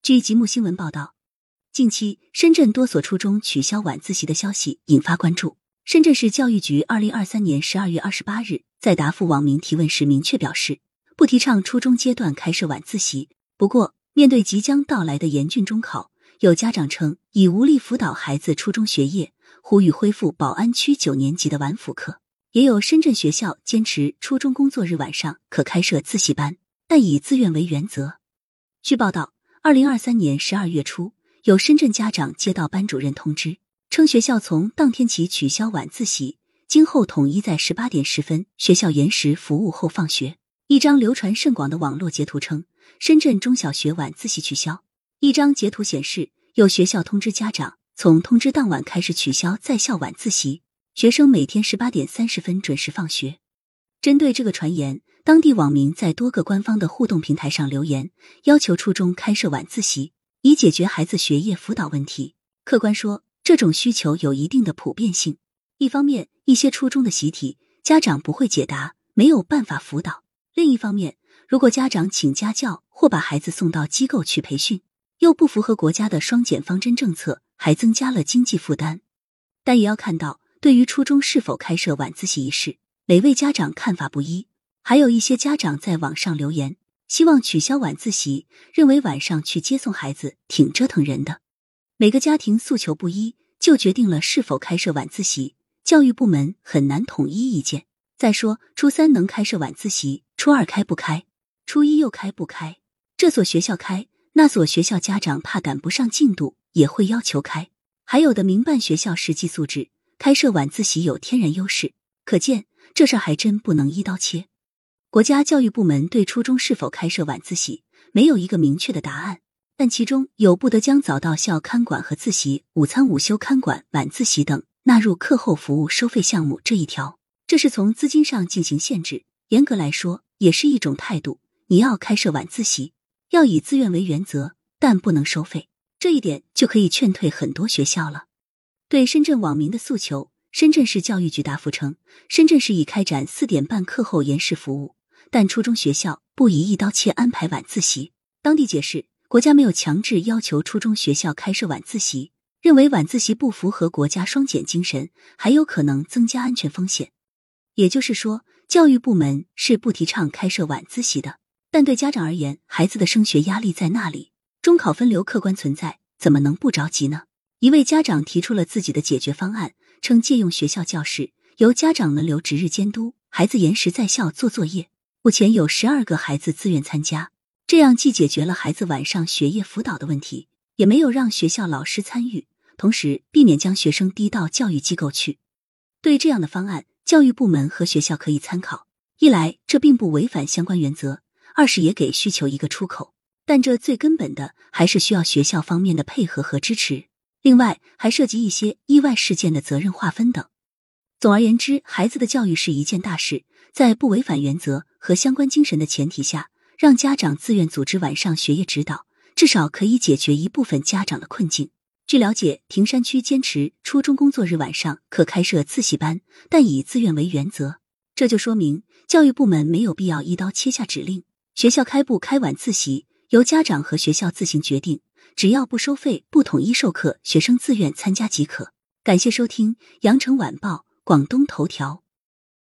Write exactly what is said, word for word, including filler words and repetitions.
据吉木新闻报道，近期深圳多所初中取消晚自习的消息引发关注。深圳市教育局二零二三年十二月二十八日在答复网民提问时明确表示，不提倡初中阶段开设晚自习。不过，面对即将到来的严峻中考，有家长称已无力辅导孩子初中学业，呼吁恢复宝安区九年级的晚辅课。也有深圳学校坚持初中工作日晚上可开设自习班，但以自愿为原则。据报道，二零二三年十二月初，有深圳家长接到班主任通知，称学校从当天起取消晚自习，今后统一在十八点十分学校延时服务后放学。一张流传甚广的网络截图称，深圳中小学晚自习取消。一张截图显示，有学校通知家长，从通知当晚开始取消在校晚自习，学生每天十八点三十分准时放学。针对这个传言，当地网民在多个官方的互动平台上留言，要求初中开设晚自习，以解决孩子学业辅导问题。客观说，这种需求有一定的普遍性。一方面，一些初中的习题，家长不会解答，没有办法辅导；另一方面，如果家长请家教或把孩子送到机构去培训，又不符合国家的双减方针政策，还增加了经济负担。但也要看到，对于初中是否开设晚自习一事，每位家长看法不一。还有一些家长在网上留言，希望取消晚自习，认为晚上去接送孩子挺折腾人的。每个家庭诉求不一，就决定了是否开设晚自习，教育部门很难统一意见。再说，初三能开设晚自习，初二开不开，初一又开不开，这所学校开，那所学校家长怕赶不上进度，也会要求开。还有的民办学校实际素质，开设晚自习有天然优势，可见这事还真不能一刀切。国家教育部门对初中是否开设晚自习没有一个明确的答案，但其中有不得将早到校看管和自习、午餐午休看管、晚自习等纳入课后服务收费项目这一条。这是从资金上进行限制，严格来说也是一种态度。你要开设晚自习，要以自愿为原则，但不能收费，这一点就可以劝退很多学校了。对深圳网民的诉求，深圳市教育局答复称，深圳市已开展四点半课后延时服务，但初中学校不宜一刀切安排晚自习。当地解释，国家没有强制要求初中学校开设晚自习，认为晚自习不符合国家双减精神，还有可能增加安全风险。也就是说，教育部门是不提倡开设晚自习的，但对家长而言，孩子的升学压力在那里，中考分流客观存在，怎么能不着急呢？一位家长提出了自己的解决方案，称借用学校教室，由家长轮流值日监督，孩子延时在校做作业。目前有十二个孩子自愿参加，这样既解决了孩子晚上学业辅导的问题，也没有让学校老师参与，同时避免将学生逼到教育机构去。对这样的方案，教育部门和学校可以参考。一来，这并不违反相关原则；二是也给需求一个出口。但这最根本的还是需要学校方面的配合和支持。另外，还涉及一些意外事件的责任划分等。总而言之，孩子的教育是一件大事，在不违反原则和相关精神的前提下，让家长自愿组织晚上学业指导，至少可以解决一部分家长的困境。据了解，亭山区坚持初中工作日晚上可开设自习班，但以自愿为原则。这就说明教育部门没有必要一刀切下指令，学校开不开晚自习由家长和学校自行决定，只要不收费、不统一授课，学生自愿参加即可。感谢收听羊城晚报广东头条。